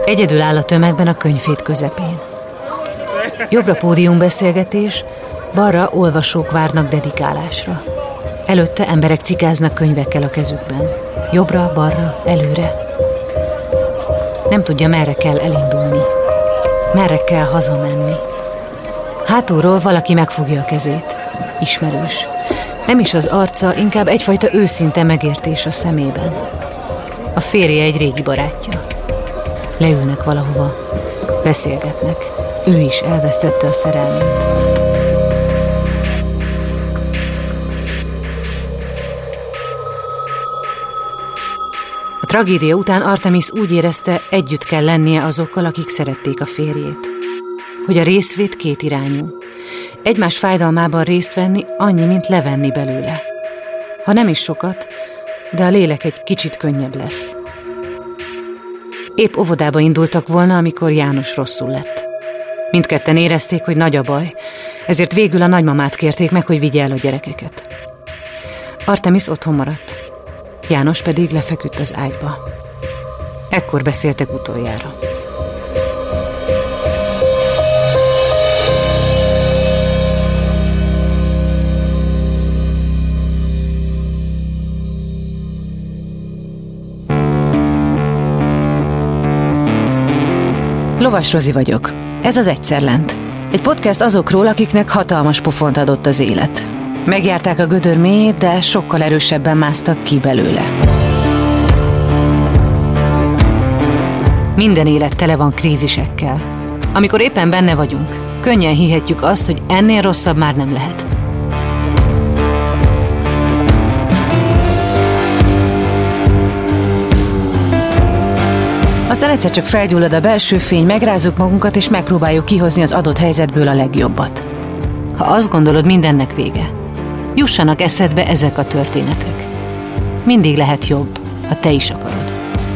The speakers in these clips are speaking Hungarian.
Egyedül áll a tömegben a könyvfét közepén. Jobbra pódiumbeszélgetés, balra olvasók várnak dedikálásra. Előtte emberek cikáznak könyvekkel a kezükben. Jobbra, balra, előre. Nem tudja, merre kell elindulni. Merre kell hazamenni. Hátulról valaki megfogja a kezét. Ismerős. Nem is az arca, inkább egyfajta őszinte megértés a szemében. A férje egy régi barátja. Leülnek valahova. Beszélgetnek. Ő is elvesztette a szerelmét. A tragédia után Artemis úgy érezte, együtt kell lennie azokkal, akik szerették a férjét. Hogy a részvét kétirányú. Egymás fájdalmában részt venni annyi, mint levenni belőle. Ha nem is sokat, de a lélek egy kicsit könnyebb lesz. Épp óvodába indultak volna, amikor János rosszul lett. Mindketten érezték, hogy nagy a baj, ezért végül a nagymamát kérték meg, hogy vigye el a gyerekeket. Artemis otthon maradt, János pedig lefeküdt az ágyba. Ekkor beszéltek utoljára. Lovas Rozi vagyok. Ez az Egyszer Lent. Egy podcast azokról, akiknek hatalmas pofont adott az élet. Megjárták a gödör mélyét, de sokkal erősebben másztak ki belőle. Minden élet tele van krízisekkel. Amikor éppen benne vagyunk, könnyen hihetjük azt, hogy ennél rosszabb már nem lehet. Aztán egyszer csak felgyullad a belső fény, megrázzuk magunkat, és megpróbáljuk kihozni az adott helyzetből a legjobbat. Ha azt gondolod, mindennek vége, jussanak eszedbe ezek a történetek. Mindig lehet jobb, ha te is akarod.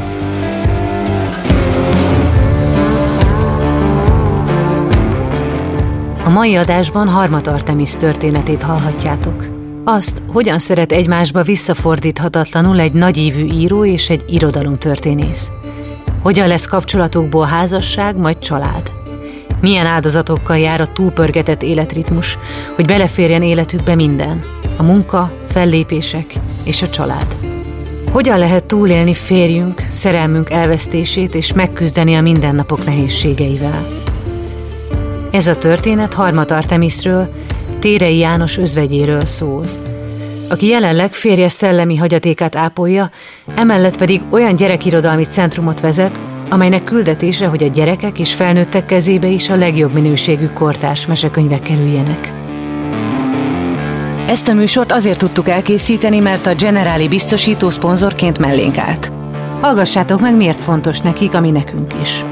A mai adásban Harmat Artemis történetét hallhatjátok. Azt, hogyan szeret egymásba visszafordíthatatlanul egy nagyívű író és egy irodalomtörténész. Hogyan lesz kapcsolatukból házasság, majd család? Milyen áldozatokkal jár a túlpörgetett életritmus, hogy beleférjen életükbe minden? A munka, fellépések és a család. Hogyan lehet túlélni férjünk, szerelmünk elvesztését és megküzdeni a mindennapok nehézségeivel? Ez a történet Harmat Artemisről, Térei János özvegyéről szól, aki jelenleg férje szellemi hagyatékát ápolja, emellett pedig olyan gyerekirodalmi centrumot vezet, amelynek küldetése, hogy a gyerekek és felnőttek kezébe is a legjobb minőségű kortárs mesekönyvek kerüljenek. Ezt a műsort azért tudtuk elkészíteni, mert a Generali biztosító szponzorként mellénk állt. Hallgassátok meg, miért fontos nekik, ami nekünk is.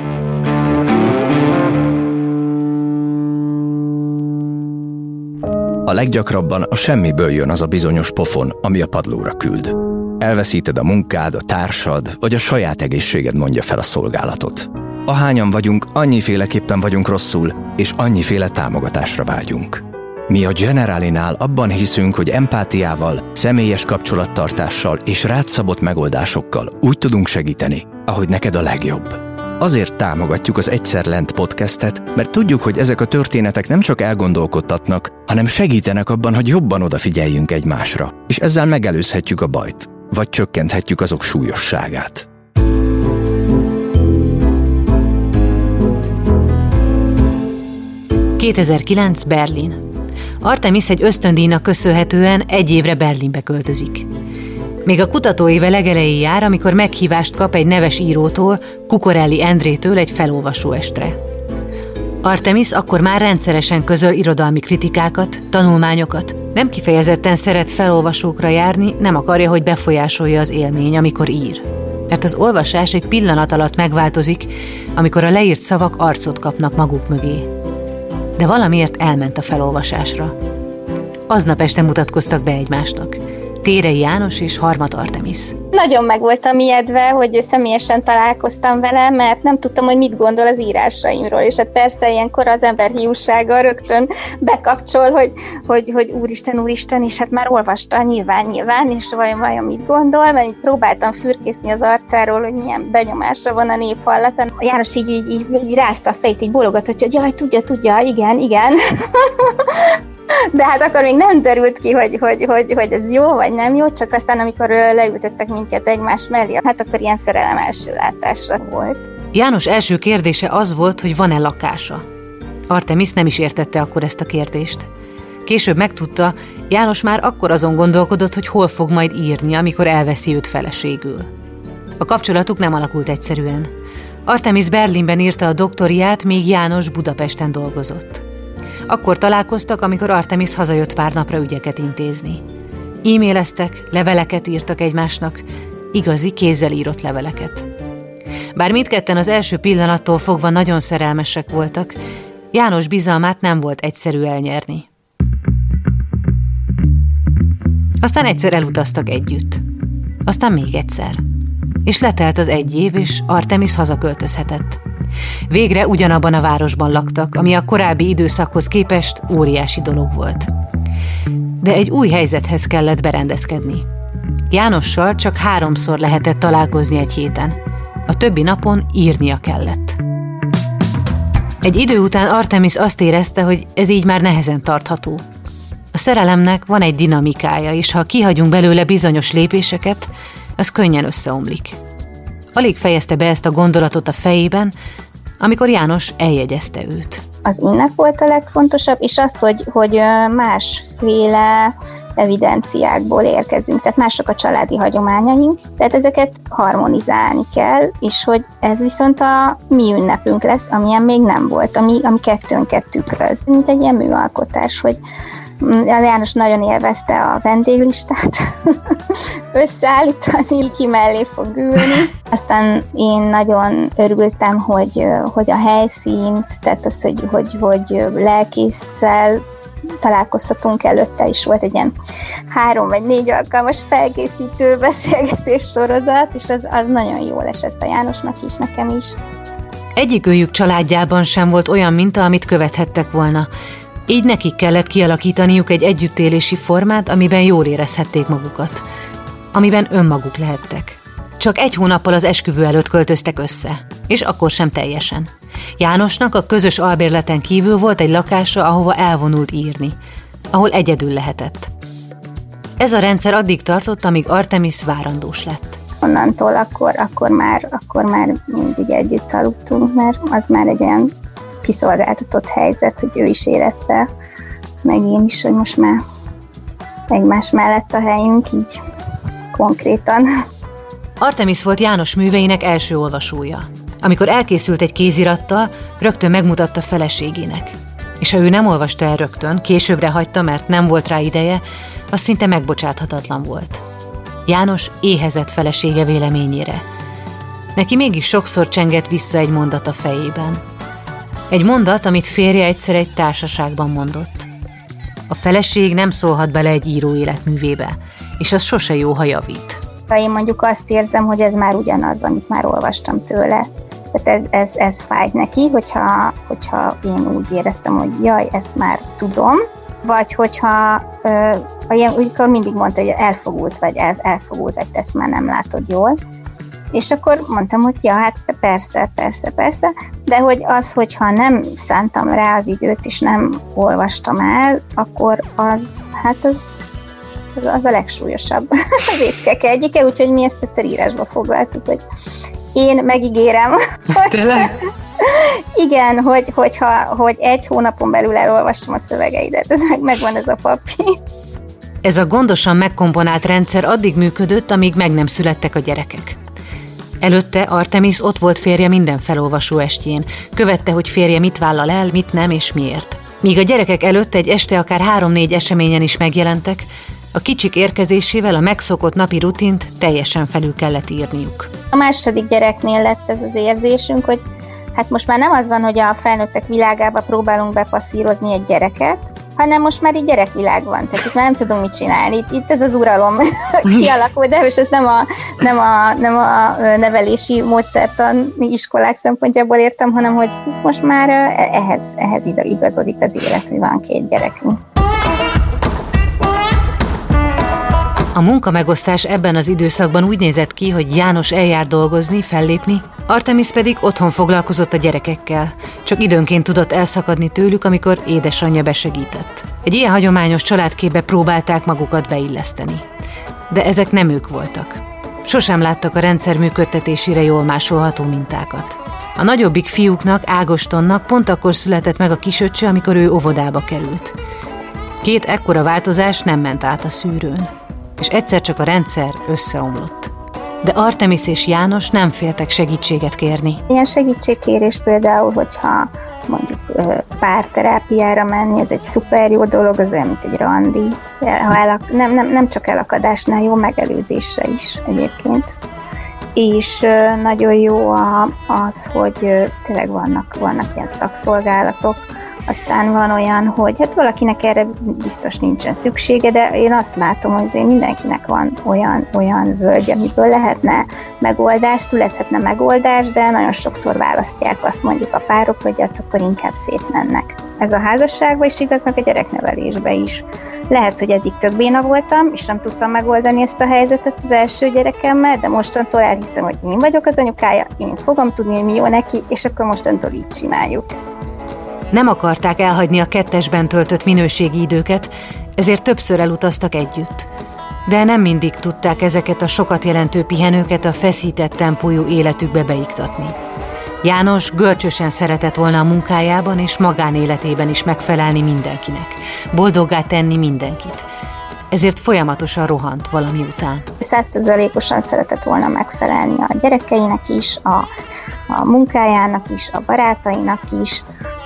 A leggyakrabban a semmiből jön az a bizonyos pofon, ami a padlóra küld. Elveszíted a munkád, a társad, vagy a saját egészséged mondja fel a szolgálatot. Ahányan vagyunk, annyiféleképpen vagyunk rosszul, és annyiféle támogatásra vágyunk. Mi a Generalinál abban hiszünk, hogy empátiával, személyes kapcsolattartással és rád szabott megoldásokkal úgy tudunk segíteni, ahogy neked a legjobb. Azért támogatjuk az Egyszer Lent podcastet, mert tudjuk, hogy ezek a történetek nem csak elgondolkodtatnak, hanem segítenek abban, hogy jobban odafigyeljünk egymásra, és ezzel megelőzhetjük a bajt, vagy csökkenthetjük azok súlyosságát. ...2009 Berlin. Artemis egy ösztöndíjnak köszönhetően 1 évre Berlinbe költözik. Még a kutatóéve legelején jár, amikor meghívást kap egy neves írótól, Cucorelli Endrétől egy felolvasó estre. Artemis akkor már rendszeresen közöl irodalmi kritikákat, tanulmányokat, nem kifejezetten szeret felolvasókra járni, nem akarja, hogy befolyásolja az élmény, amikor ír. Mert az olvasás egy pillanat alatt megváltozik, amikor a leírt szavak arcot kapnak maguk mögé. De valamiért elment a felolvasásra. Aznap este mutatkoztak be egymásnak. Térei János és Harmat Artemisz. Nagyon meg voltam ijedve, hogy személyesen találkoztam vele, mert nem tudtam, hogy mit gondol az írásaimról, és hát persze ilyenkor az ember hiúsága rögtön bekapcsol, hogy úristen, és hát már olvasta nyilván, és vajon mit gondol, mert így próbáltam fürkészni az arcáról, hogy milyen benyomása van a nép hallatán. János így rázta a fejét, így bólogatott, hogy jaj, tudja, igen. De hát akkor még nem derült ki, hogy ez jó vagy nem jó, csak aztán, amikor leültettek minket egymás mellé, hát akkor ilyen szerelem első látásra volt. János első kérdése az volt, hogy van-e lakása. Artemisz nem is értette akkor ezt a kérdést. Később megtudta, János már akkor azon gondolkodott, hogy hol fog majd írni, amikor elveszi őt feleségül. A kapcsolatuk nem alakult egyszerűen. Artemisz Berlinben írta a doktoriát, míg János Budapesten dolgozott. Akkor találkoztak, amikor Artemisz hazajött pár napra ügyeket intézni. E-maileztek, leveleket írtak egymásnak, igazi kézzel írott leveleket. Bár mindketten az első pillanattól fogva nagyon szerelmesek voltak, János bizalmát nem volt egyszerű elnyerni. Aztán egyszer elutaztak együtt. Aztán még egyszer. És letelt az 1 év, és Artemisz hazaköltözhetett. Végre ugyanabban a városban laktak, ami a korábbi időszakhoz képest óriási dolog volt. De egy új helyzethez kellett berendezkedni. Jánossal csak 3-szor lehetett találkozni egy héten. A többi napon írnia kellett. Egy idő után Artemisz azt érezte, hogy ez így már nehezen tartható. A szerelemnek van egy dinamikája, és ha kihagyunk belőle bizonyos lépéseket, az könnyen összeomlik. Alig fejezte be ezt a gondolatot a fejében, amikor János eljegyezte őt. Az ünnep volt a legfontosabb, és azt, hogy másféle evidenciákból érkezünk, tehát mások a családi hagyományaink, tehát ezeket harmonizálni kell, és hogy ez viszont a mi ünnepünk lesz, amilyen még nem volt, ami kettőnket tükröz. Mint egy ilyen műalkotás, hogy János nagyon élvezte a vendéglistát összeállítani, ki mellé fog ülni. Aztán én nagyon örültem, hogy a helyszínt, tehát az, hogy lelkésszel találkozhatunk, előtte is volt egy ilyen 3 vagy 4 alkalmas felkészítő beszélgetés sorozat, és az nagyon jól esett a Jánosnak is, nekem is. Egyikőjük családjában sem volt olyan minta, amit követhettek volna. Így nekik kellett kialakítaniuk egy együttélési formát, amiben jól érezhették magukat, amiben önmaguk lehettek. Csak 1 hónappal az esküvő előtt költöztek össze, és akkor sem teljesen. Jánosnak a közös albérleten kívül volt egy lakása, ahova elvonult írni, ahol egyedül lehetett. Ez a rendszer addig tartott, amíg Artemisz várandós lett. Onnantól akkor már mindig együtt aludtunk, mert az már egy olyan kiszolgáltatott helyzet, hogy ő is érezte, meg én is, hogy most már egymás mellett a helyünk, így konkrétan. Artemisz volt János műveinek első olvasója. Amikor elkészült egy kézirattal, rögtön megmutatta feleségének. És ha ő nem olvasta el rögtön, későbbre hagyta, mert nem volt rá ideje, az szinte megbocsáthatatlan volt. János éhezett felesége véleményére. Neki mégis sokszor csengett vissza egy mondat a fejében. Egy mondat, amit férje egyszer egy társaságban mondott. A feleség nem szólhat bele egy író életművébe, és az sose jó, ha javít. Én mondjuk azt érzem, hogy ez már ugyanaz, amit már olvastam tőle. Tehát ez fájt neki, hogyha én úgy éreztem, hogy jaj, ezt már tudom, vagy hogyha akkor mindig mondta, hogy elfogult, vagy te ezt már nem látod jól. És akkor mondtam, hogy ja, hát persze, de hogyha nem szántam rá az időt, és nem olvastam el, akkor az a legsúlyosabb vétkek egyike, úgyhogy mi ezt egyszer írásba foglaltuk, hogy én megígérem, igen, hogy 1 hónapon belül elolvasom a szövegeidet, ez megvan ez a papír. Ez a gondosan megkomponált rendszer addig működött, amíg meg nem születtek a gyerekek. Előtte Artemisz ott volt férje minden felolvasó estjén, követte, hogy férje mit vállal el, mit nem és miért. Míg a gyerekek előtt egy este akár 3-4 eseményen is megjelentek, a kicsik érkezésével a megszokott napi rutint teljesen felül kellett írniuk. A második gyereknél lett ez az érzésünk, hogy hát most már nem az van, hogy a felnőttek világába próbálunk bepasszírozni egy gyereket, hanem most már így gyerekvilág van, tehát itt már nem tudunk mit csinálni. Itt ez az uralom kialakul, de és ezt nem a nevelési módszertani iskolák szempontjából értem, hanem hogy most már ehhez igazodik az élet, hogy van 2 gyerekünk. A munkamegosztás ebben az időszakban úgy nézett ki, hogy János eljár dolgozni, fellépni, Artemis pedig otthon foglalkozott a gyerekekkel, csak időnként tudott elszakadni tőlük, amikor édesanyja besegített. Egy ilyen hagyományos családképbe próbálták magukat beilleszteni. De ezek nem ők voltak. Sosem láttak a rendszer működtetésére jól másolható mintákat. A nagyobbik fiúknak, Ágostonnak pont akkor született meg a kisöccse, amikor ő óvodába került. 2 ekkora változás nem ment át a szűrőn, és egyszer csak a rendszer összeomlott. De Artemis és János nem féltek segítséget kérni. Ilyen segítségkérés például, hogyha mondjuk párterápiára menni, ez egy szuper jó dolog, az olyan, mint egy randi. Nem csak elakadásnál, jó megelőzésre is egyébként. És nagyon jó az, hogy tényleg vannak ilyen szakszolgálatok. Aztán van olyan, hogy hát valakinek erre biztos nincsen szüksége, de én azt látom, hogy azért mindenkinek van olyan völgy, amiből lehetne megoldás, születhetne megoldás, de nagyon sokszor választják azt mondjuk a párok, hogy akkor inkább szétmennek. Ez a házasságban is igaz, meg a gyereknevelésben is. Lehet, hogy eddig több béna voltam, és nem tudtam megoldani ezt a helyzetet az első gyerekemmel, de mostantól elhiszem, hogy én vagyok az anyukája, én fogom tudni, hogy mi jó neki, és akkor mostantól így csináljuk. Nem akarták elhagyni a 2-esben töltött minőségi időket, ezért többször elutaztak együtt. De nem mindig tudták ezeket a sokat jelentő pihenőket a feszített tempójú életükbe beiktatni. János görcsösen szeretett volna a munkájában és magánéletében is megfelelni mindenkinek, boldoggá tenni mindenkit. Ezért folyamatosan rohant valami után. 100%-osan szeretett volna megfelelni a gyerekeinek is, a munkájának is, a barátainak is,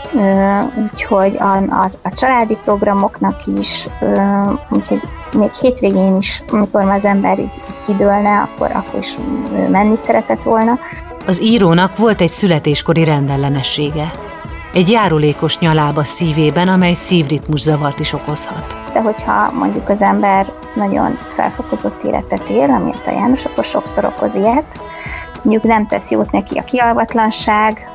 úgyhogy a családi programoknak is, úgyhogy még hétvégén is, amikor már az ember így kidőlne, akkor is menni szeretett volna. Az írónak volt egy születéskori rendellenessége. Egy járulékos nyaláb a szívében, amely szívritmuszavart is okozhat. De hogyha mondjuk az ember nagyon felfokozott életet él, amilyet a János, akkor sokszor okoz ilyet. Mondjuk nem tesz jót neki a kialvatlanság,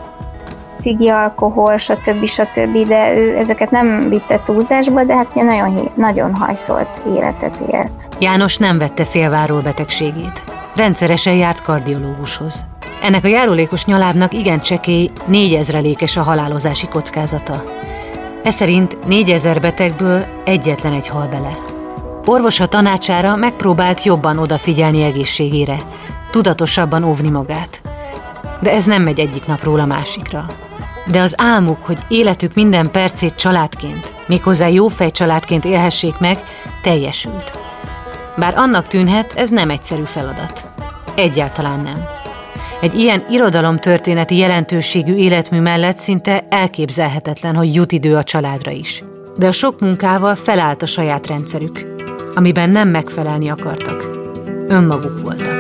cigi, alkohol, stb., de ő ezeket nem vitte túlzásba, de hát nagyon hajszolt életet élt. János nem vette félváról betegségét. Rendszeresen járt kardiológushoz. Ennek a járulékos nyalábnak igen csekély 4000-es a halálozási kockázata. Ez szerint 4000 betegből egyetlen egy hal bele. Orvosa tanácsára megpróbált jobban odafigyelni egészségére, tudatosabban óvni magát. De ez nem megy egyik napról a másikra. De az álmuk, hogy életük minden percét családként, méghozzá jófej családként élhessék meg, teljesült. Bár annak tűnhet, ez nem egyszerű feladat. Egyáltalán nem. Egy ilyen irodalomtörténeti jelentőségű életmű mellett szinte elképzelhetetlen, hogy jut idő a családra is. De a sok munkával felállt a saját rendszerük, amiben nem megfelelni akartak. Önmaguk voltak.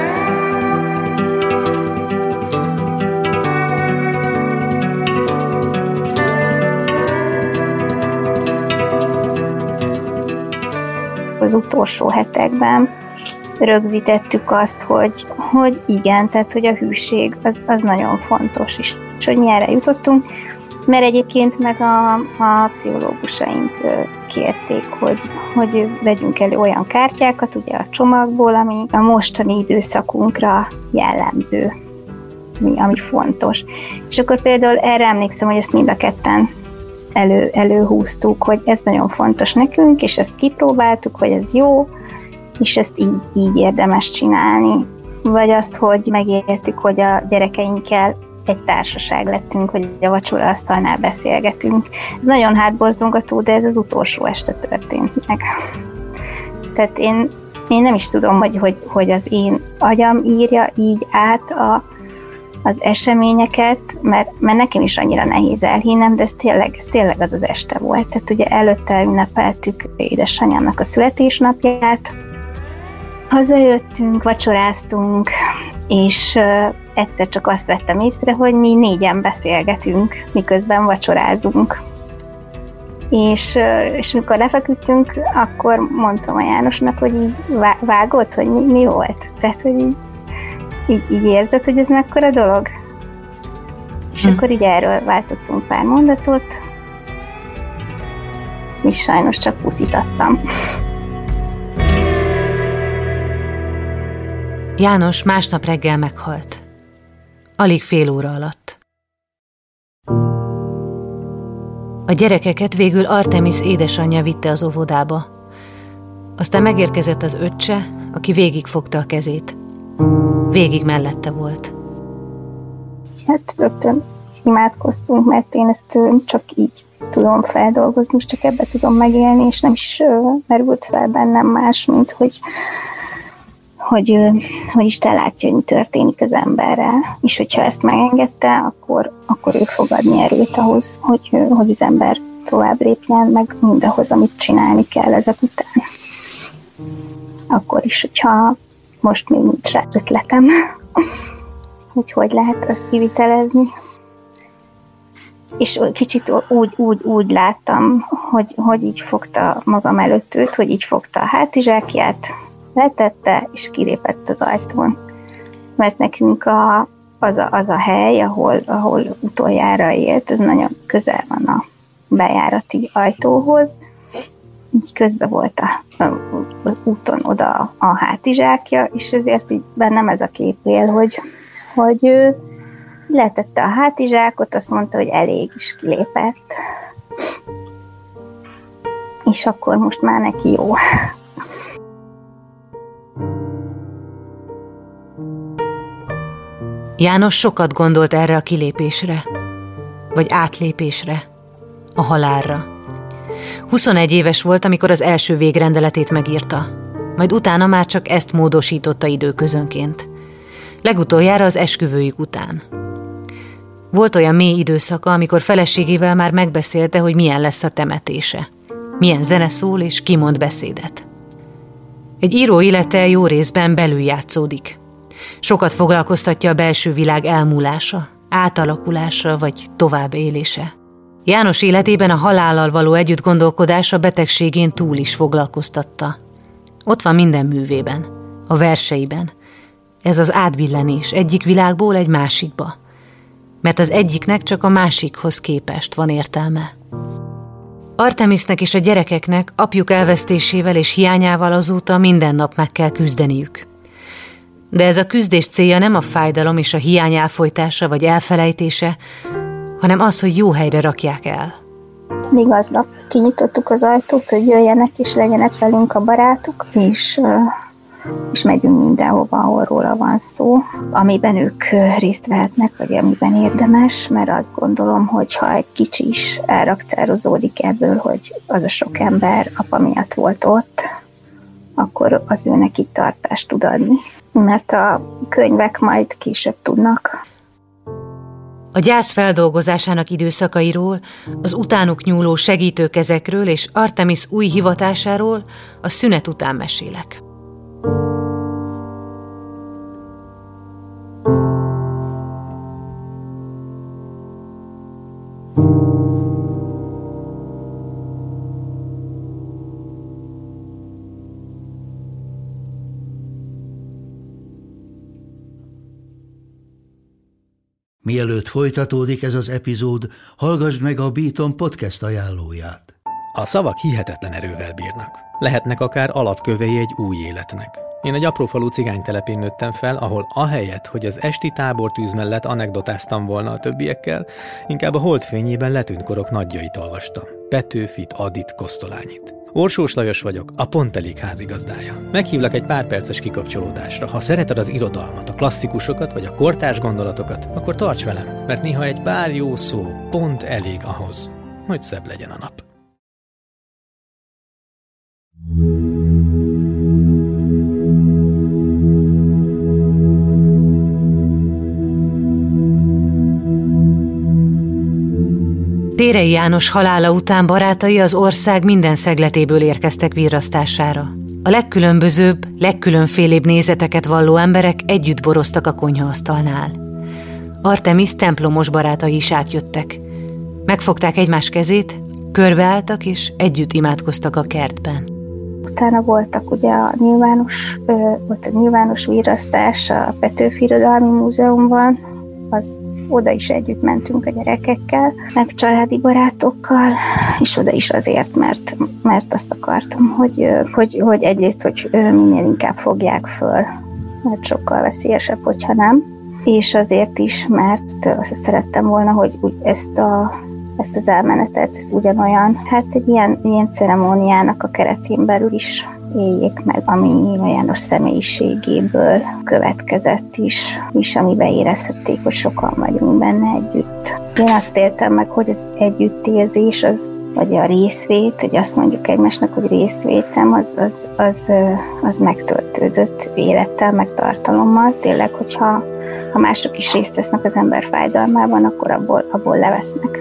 Az utolsó hetekben rögzítettük azt, hogy igen, tehát hogy a hűség az nagyon fontos is. És hogy mi erre jutottunk, mert egyébként meg a pszichológusaink kérték, hogy vegyünk elő olyan kártyákat ugye a csomagból, ami a mostani időszakunkra jellemző, ami fontos. És akkor például erre emlékszem, hogy ezt mind a ketten előhúztuk, hogy ez nagyon fontos nekünk, és ezt kipróbáltuk, hogy ez jó, és ezt így érdemes csinálni. Vagy azt, hogy megértük, hogy a gyerekeinkkel egy társaság lettünk, hogy a vacsoraasztalnál beszélgetünk. Ez nagyon hátborzongató, de ez az utolsó este történt meg. Tehát én nem is tudom, hogy az én agyam írja így át az eseményeket, mert nekem is annyira nehéz elhinnem, de ez tényleg az este volt. Tehát ugye előtte ünnepeltük édesanyámnak a születésnapját, hazajöttünk, vacsoráztunk, és egyszer csak azt vettem észre, hogy mi 4-en beszélgetünk, miközben vacsorázunk. És mikor lefeküdtünk, akkor mondtam a Jánosnak, hogy így vágott, hogy mi volt? Tehát, hogy így érzed, hogy ez mekkora dolog? És akkor így erről váltottunk pár mondatot, és sajnos csak puszítattam. János másnap reggel meghalt. Alig fél óra alatt. A gyerekeket végül Artemis édesanyja vitte az óvodába. Aztán megérkezett az öccse, aki végigfogta a kezét. Végig mellette volt. Hát rögtön imádkoztunk, mert én ezt csak így tudom feldolgozni, most csak ebbe tudom megélni, és nem is merült fel bennem más, mint hogy Isten látja, hogy mi történik az emberrel. És hogyha ezt megengedte, akkor ő fog adni erőt ahhoz, hogy az ember tovább lépjen, meg mindahhoz, amit csinálni kell ezek után. Akkor is, hogyha most még nincs rá ötletem, hogy lehet azt kivitelezni. És kicsit úgy láttam, hogy így fogta magam előtt őt, hogy így fogta a hátizsákját, letette, és kilépett az ajtón. Mert nekünk az a hely, ahol utoljára élt, ez nagyon közel van a bejárati ajtóhoz. Így közben volt az úton oda a hátizsákja, és ezért így bennem ez a kép él, hogy ő letette a hátizsákot, azt mondta, hogy elég, is kilépett. És akkor most már neki jó. János sokat gondolt erre a kilépésre, vagy átlépésre, a halálra. 21 éves volt, amikor az első végrendeletét megírta, majd utána már csak ezt módosította időközönként. Legutoljára az esküvőjük után. Volt olyan mély időszaka, amikor feleségével már megbeszélte, hogy milyen lesz a temetése, milyen zene szól és ki mond beszédet. Egy író élete jó részben belül játszódik. Sokat foglalkoztatja a belső világ elmúlása, átalakulása vagy továbbélése. János életében a halállal való együttgondolkodás a betegségén túl is foglalkoztatta. Ott van minden művében, a verseiben. Ez az átbillenés egyik világból egy másikba. Mert az egyiknek csak a másikhoz képest van értelme. Artemisnek és a gyerekeknek apjuk elvesztésével és hiányával azóta minden nap meg kell küzdeniük. De ez a küzdés célja nem a fájdalom és a hiány elfojtása vagy elfelejtése, hanem az, hogy jó helyre rakják el. Még aznap kinyitottuk az ajtót, hogy jöjjenek és legyenek velünk a barátok, és megyünk mindenhova, ahol róla van szó, amiben ők részt vehetnek, vagy amiben érdemes, mert azt gondolom, hogy ha egy kicsi is elraktározódik ebből, hogy az a sok ember apa miatt volt ott, akkor az őnek itt tartást tud adni. Mert a könyvek majd később tudnak. A gyász feldolgozásának időszakairól, az utánuk nyúló segítőkezekről és Artemis új hivatásáról a szünet után mesélek. Mielőtt folytatódik ez az epizód, hallgassd meg a Beaton podcast ajánlóját. A szavak hihetetlen erővel bírnak. Lehetnek akár alapkövei egy új életnek. Én egy aprófalu cigánytelepén nőttem fel, ahol ahelyett, hogy az esti tábortűz mellett anekdotáztam volna a többiekkel, inkább a holdfényében letűnt korok nagyjait olvastam. Petőfit, Adit, Kosztolányit. Orsós Lajos vagyok, a Pont Elég házigazdája. Meghívlak egy pár perces kikapcsolódásra. Ha szereted az irodalmat, a klasszikusokat vagy a kortárs gondolatokat, akkor tarts velem, mert néha egy pár jó szó pont elég ahhoz, hogy szebb legyen a nap. Térei János halála után barátai az ország minden szegletéből érkeztek virrasztására. A legkülönbözőbb, legkülönfélébb nézeteket valló emberek együtt boroztak a konyhaasztalnál. Artemis templomos barátai is átjöttek. Megfogták egymás kezét, Körbeálltak, és együtt imádkoztak a kertben. Utána voltak ugye volt a nyilvános virasztás a Petőfi Irodalmi Múzeumban, oda is együtt mentünk a gyerekekkel, meg családi barátokkal, és oda is azért, mert azt akartam, hogy egyrészt, hogy minél inkább fogják föl, mert sokkal veszélyesebb, hogyha nem, és azért is, mert azt szerettem volna, hogy ezt az elmenetet, ezt ugyanolyan, egy ilyen ceremóniának a keretén belül is éljék meg, ami a János személyiségéből következett is, és amiben érezhették, hogy sokan vagyunk benne együtt. Én azt éltem meg, hogy az együttérzés, vagy a részvét, hogy azt mondjuk egymásnak, hogy részvétem, az megtöltődött élettel, meg tartalommal. Tényleg, hogyha mások is részt vesznek az ember fájdalmában, akkor abból levesznek.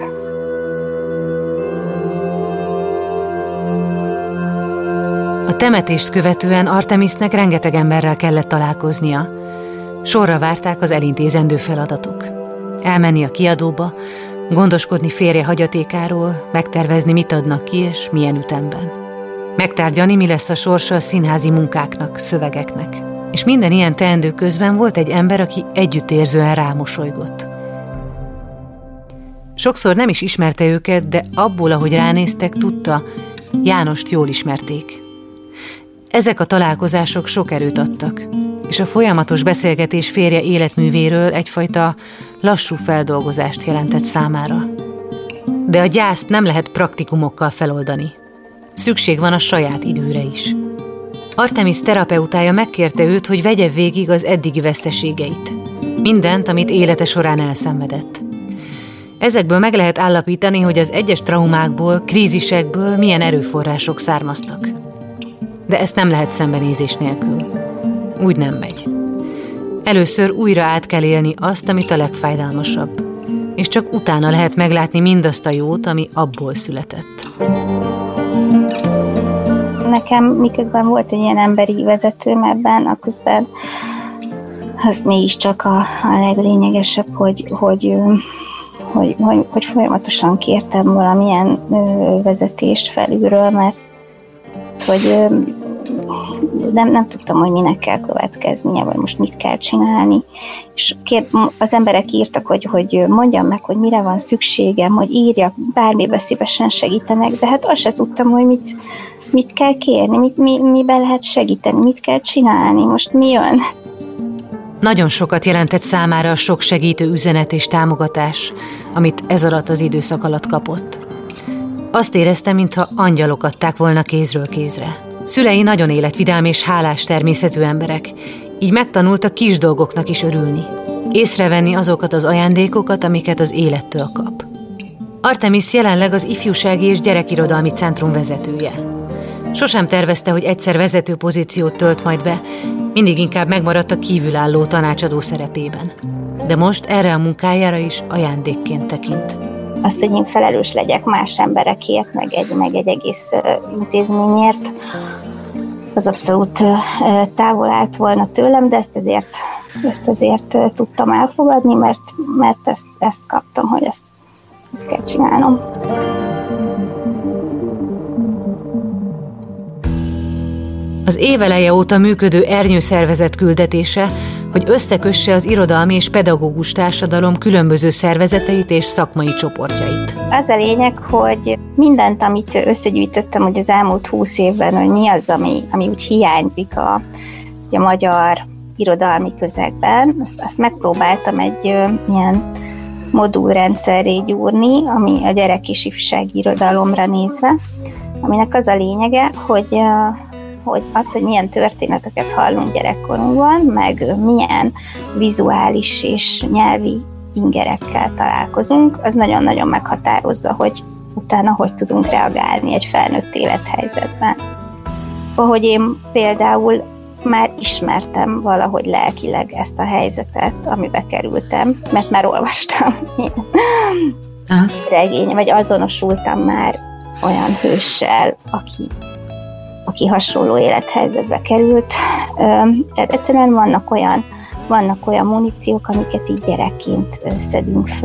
A temetést követően Artemisnek rengeteg emberrel kellett találkoznia. Sorra várták az elintézendő feladatok. Elmenni a kiadóba, gondoskodni férje hagyatékáról, megtervezni, mit adnak ki és milyen ütemben. Megtárgyalni, mi lesz a sorsa a színházi munkáknak, szövegeknek. És minden ilyen teendő közben volt egy ember, aki együttérzően rámosolygott. Sokszor nem is ismerte őket, de abból, ahogy ránéztek, tudta, Jánost jól ismerték. Ezek a találkozások sok erőt adtak, és a folyamatos beszélgetés férje életművéről egyfajta lassú feldolgozást jelentett számára. De a gyászt nem lehet praktikumokkal feloldani. Szükség van a saját időre is. Artemis terapeutája megkérte őt, hogy vegye végig az eddigi veszteségeit. Mindent, amit élete során elszenvedett. Ezekből meg lehet állapítani, hogy az egyes traumákból, krízisekből milyen erőforrások származtak. De ezt nem lehet szembenézés nélkül. Úgy nem megy. Először újra át kell élni azt, amit a legfájdalmasabb, és csak utána lehet meglátni mindazt a jót, ami abból született. Nekem miközben volt egy ilyen emberi vezetőm ebben, aközben az mégiscsak a leglényegesebb, hogy folyamatosan kértem valamilyen vezetést felülről, mert hogy nem tudtam, hogy minek kell következnie, vagy most mit kell csinálni. És az emberek írtak, hogy mondjam meg, hogy mire van szükségem, hogy írjak, bármiben szívesen segítenek, de hát azt sem tudtam, hogy mit kell kérni, miben lehet segíteni, mit kell csinálni, most mi jön. Nagyon sokat jelentett számára a sok segítő üzenet és támogatás, amit ez alatt az időszak alatt kapott. Azt érezte, mintha angyalok adták volna kézről kézre. Szülei nagyon életvidám és hálás természetű emberek, így megtanulta kis dolgoknak is örülni. Észrevenni azokat az ajándékokat, amiket az élettől kap. Artemis jelenleg az Ifjúsági és Gyerekirodalmi Centrum vezetője. Sosem tervezte, hogy egyszer vezető pozíciót tölt majd be, mindig inkább megmaradt a kívülálló tanácsadó szerepében. De most erre a munkájára is ajándékként tekint. Azt, hogy én felelős legyek más emberekért, meg egy egész intézményért, az abszolút távol állt volna tőlem, de ezt azért tudtam elfogadni, mert ezt kaptam, hogy ezt kell csinálnom. Az éveleje óta működő ernyőszervezet küldetése, hogy összekösse az irodalmi és pedagógus társadalom különböző szervezeteit és szakmai csoportjait. Az a lényeg, hogy mindent, amit összegyűjtöttem, hogy az elmúlt 20 évben, hogy mi az, ami úgy hiányzik a magyar irodalmi közegben, azt megpróbáltam egy ilyen modulrendszerré gyúrni, ami a gyerek- és ifjúsági irodalomra nézve, aminek az a lényege, hogy hogy milyen történeteket hallunk gyerekkorunkban, meg milyen vizuális és nyelvi ingerekkel találkozunk, az nagyon-nagyon meghatározza, hogy utána hogy tudunk reagálni egy felnőtt élethelyzetben. Ahogy én például már ismertem valahogy lelkileg ezt a helyzetet, amibe kerültem, mert már olvastam regény, vagy azonosultam már olyan hőssel, aki hasonló élethelyzetbe került. Tehát egyszerűen vannak olyan muníciók, amiket így gyerekként szedünk föl.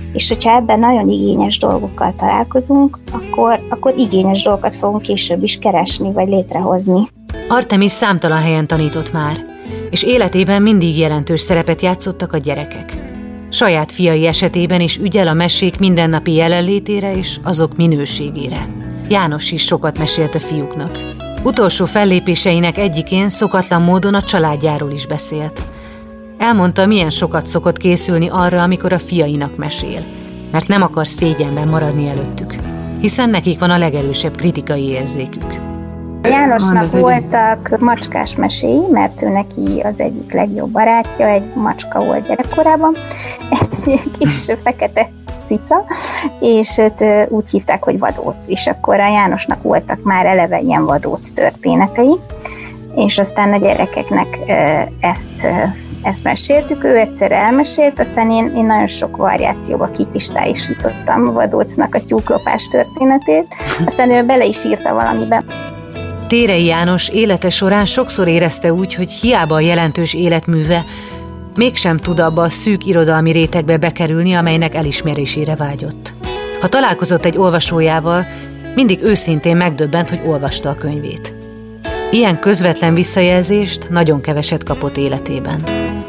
És hogyha ebben nagyon igényes dolgokkal találkozunk, akkor igényes dolgokat fogunk később is keresni, vagy létrehozni. Artemis számtalan helyen tanított már, és életében mindig jelentős szerepet játszottak a gyerekek. Saját fiai esetében is ügyel a mesék mindennapi jelenlétére és azok minőségére. János is sokat mesélt a fiúknak. Utolsó fellépéseinek egyikén szokatlan módon a családjáról is beszélt. Elmondta, milyen sokat szokott készülni arra, amikor a fiainak mesél, mert nem akar szégyenben maradni előttük, hiszen nekik van a legerősebb kritikai érzékük. Jánosnak voltak macskás meséi, mert ő neki az egyik legjobb barátja, egy macska volt gyerekkorában, egy kis fekete cica, és őt úgy hívták, hogy Vadóc, és akkor a Jánosnak voltak már eleve ilyen vadóc történetei, és aztán a gyerekeknek ezt meséltük, ő egyszer elmesélt, aztán én nagyon sok variációba kikristályosítottam Vadócnak a tyúklopás történetét, aztán ő bele is írta valamiben. Térei János élete során sokszor érezte úgy, hogy hiába a jelentős életműve, mégsem tud abba a szűk irodalmi rétegbe bekerülni, amelynek elismerésére vágyott. Ha találkozott egy olvasójával, mindig őszintén megdöbbent, hogy olvasta a könyvét. Ilyen közvetlen visszajelzést nagyon keveset kapott életében.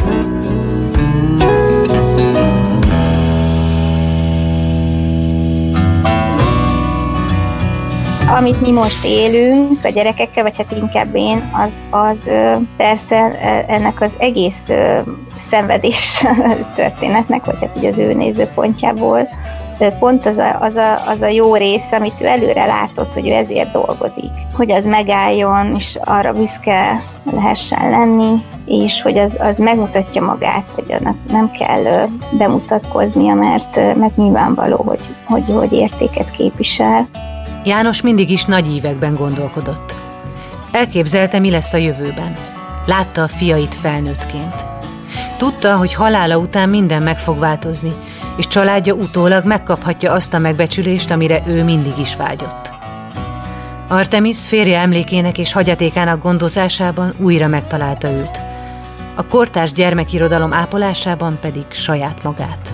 Amit mi most élünk a gyerekekkel, vagy hát inkább én, az persze ennek az egész szenvedés történetnek, vagy hát ugye az ő nézőpontjából, pont az a jó rész, amit ő előre látott, hogy ő ezért dolgozik. Hogy az megálljon, és arra büszke lehessen lenni, és hogy az megmutatja magát, hogy annak nem kell bemutatkoznia, mert nyilvánvaló, hogy értéket képvisel. János mindig is nagy ívekben gondolkodott. Elképzelte, mi lesz a jövőben. Látta a fiait felnőttként. Tudta, hogy halála után minden meg fog változni, és családja utólag megkaphatja azt a megbecsülést, amire ő mindig is vágyott. Artemis férje emlékének és hagyatékának gondozásában újra megtalálta őt. A kortárs gyermekirodalom ápolásában pedig saját magát.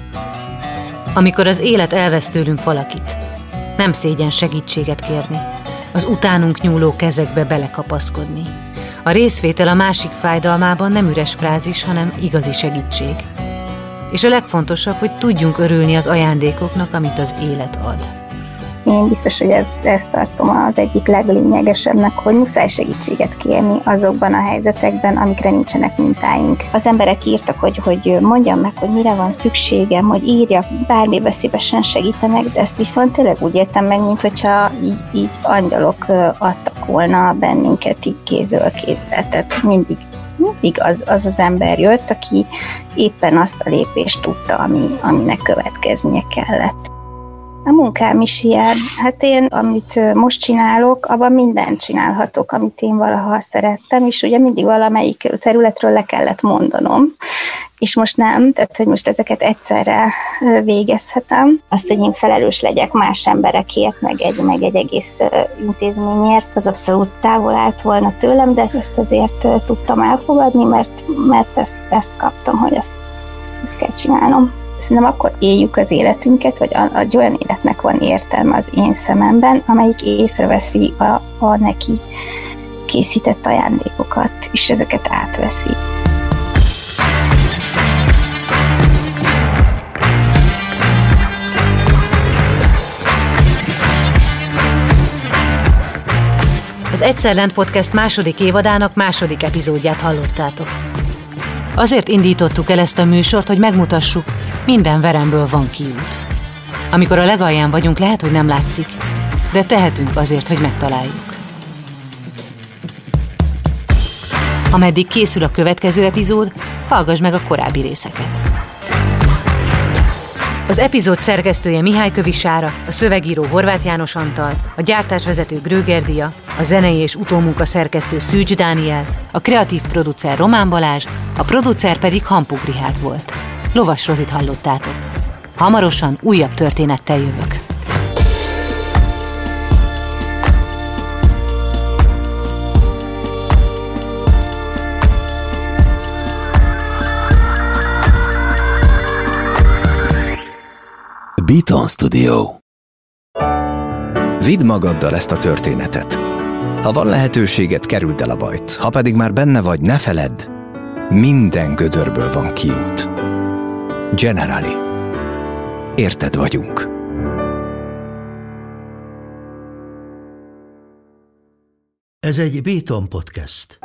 Amikor az élet elvesz tőlünk valakit, nem szégyen segítséget kérni, az utánunk nyúló kezekbe belekapaszkodni. A részvétel a másik fájdalmában nem üres frázis, hanem igazi segítség. És a legfontosabb, hogy tudjunk örülni az ajándékoknak, amit az élet ad. Én biztos, hogy ezt tartom az egyik leglényegesebbnek, hogy muszáj segítséget kérni azokban a helyzetekben, amikre nincsenek mintáink. Az emberek írtak, hogy mondjam meg, hogy mire van szükségem, hogy írjak, bármibe szívesen segítenek, de ezt viszont tényleg úgy értem meg, mint hogyha így angyalok adtak volna bennünket így kézről kézre. Tehát mindig az ember jött, aki éppen azt a lépést tudta, aminek következnie kellett. A munkám is ilyen. Hát én, amit most csinálok, abban mindent csinálhatok, amit én valaha szerettem, és ugye mindig valamelyik területről le kellett mondanom, és most nem, tehát hogy most ezeket egyszerre végezhetem. Azt, hogy én felelős legyek más emberekért, meg egy egész intézményért, az abszolút távol állt volna tőlem, de ezt azért tudtam elfogadni, mert ezt kaptam, hogy ezt kell csinálnom. Szerintem akkor éljük az életünket, vagy egy olyan életnek van értelme az én szememben, amelyik észreveszi a neki készített ajándékokat, és ezeket átveszi. Az Egyszer Lent Podcast második évadának második epizódját hallottátok. Azért indítottuk el ezt a műsort, hogy megmutassuk, minden veremből van kiút. Amikor a legalján vagyunk, lehet, hogy nem látszik, de tehetünk azért, hogy megtaláljuk. Ameddig készül a következő epizód, hallgass meg a korábbi részeket. Az epizód szerkesztője Mihály Kövisára, a szövegíró Horváth János Antal, a gyártásvezető Gröger Dia, a zenei és utómunka szerkesztő Szűcs Dániel, a kreatív producer Román Balázs, a producer pedig Hampuk Richárd volt. Lovas Rozit hallottátok. Hamarosan újabb történettel jövök. Beaton Studio. Vidd magaddal ezt a történetet. Ha van lehetőséged, kerüld el a bajt. Ha pedig már benne vagy, ne feledd, minden gödörből van kiút. Generali. Érted vagyunk. Ez egy Beaton Podcast.